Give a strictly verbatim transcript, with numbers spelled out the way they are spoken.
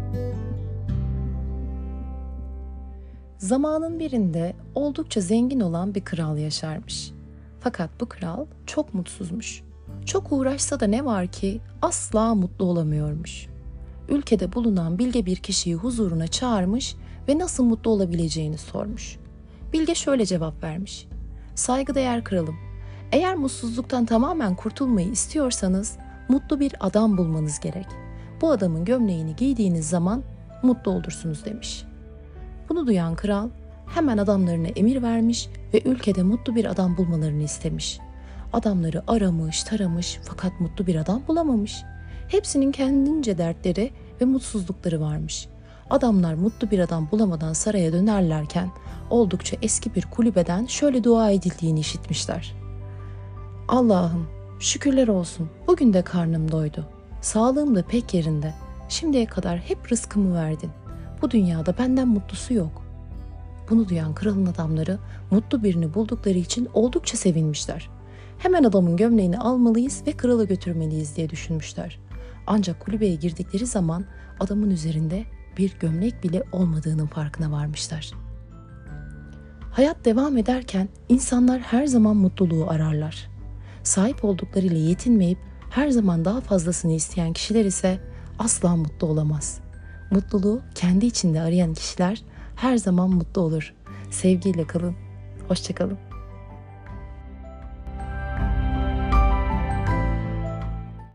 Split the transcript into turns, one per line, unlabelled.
Zamanın birinde oldukça zengin olan bir kral yaşarmış. Fakat bu kral çok mutsuzmuş. Çok uğraşsa da ne var ki asla mutlu olamıyormuş. Ülkede bulunan bilge bir kişiyi huzuruna çağırmış ve nasıl mutlu olabileceğini sormuş. Bilge şöyle cevap vermiş: "Saygıdeğer kralım, eğer mutsuzluktan tamamen kurtulmayı istiyorsanız mutlu bir adam bulmanız gerek. Bu adamın gömleğini giydiğiniz zaman mutlu olursunuz," demiş. Bunu duyan kral hemen adamlarına emir vermiş ve ülkede mutlu bir adam bulmalarını istemiş. Adamları aramış, taramış fakat mutlu bir adam bulamamış. Hepsinin kendince dertleri ve mutsuzlukları varmış. Adamlar mutlu bir adam bulamadan saraya dönerlerken oldukça eski bir kulübeden şöyle dua edildiğini işitmişler: "Allah'ım, şükürler olsun, bugün de karnım doydu. Sağlığım da pek yerinde. Şimdiye kadar hep rızkımı verdin. Bu dünyada benden mutlusu yok." Bunu duyan kralın adamları mutlu birini buldukları için oldukça sevinmişler. Hemen adamın gömleğini almalıyız ve krala götürmeliyiz diye düşünmüşler. Ancak kulübeye girdikleri zaman adamın üzerinde bir gömlek bile olmadığının farkına varmışlar. Hayat devam ederken insanlar her zaman mutluluğu ararlar. Sahip olduklarıyla yetinmeyip her zaman daha fazlasını isteyen kişiler ise asla mutlu olamaz. Mutluluğu kendi içinde arayan kişiler her zaman mutlu olur. Sevgiyle kalın, hoşça kalın.